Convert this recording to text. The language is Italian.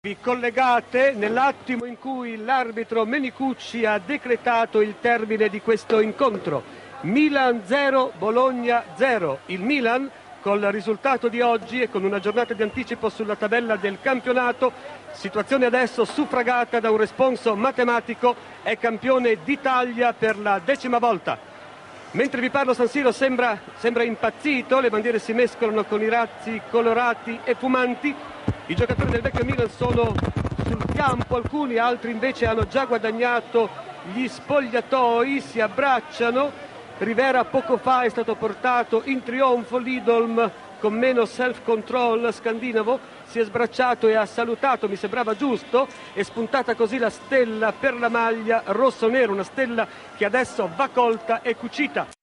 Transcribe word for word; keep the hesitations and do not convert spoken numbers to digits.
Vi collegate nell'attimo in cui l'arbitro Menicucci ha decretato il termine di questo incontro. Milan zero, Bologna zero. Il Milan, col risultato di oggi e con una giornata di anticipo sulla tabella del campionato, situazione adesso suffragata da un responso matematico, è campione d'Italia per la decima volta. Mentre vi parlo, San Siro sembra, sembra impazzito, le bandiere si mescolano con i razzi colorati e fumanti. I giocatori del vecchio Milan sono sul campo, alcuni, altri invece hanno già guadagnato gli spogliatoi, si abbracciano. Rivera poco fa è stato portato in trionfo, Lidolm con meno self-control scandinavo si è sbracciato e ha salutato, mi sembrava giusto, è spuntata così la stella per la maglia rosso-nero, una stella che adesso va colta e cucita.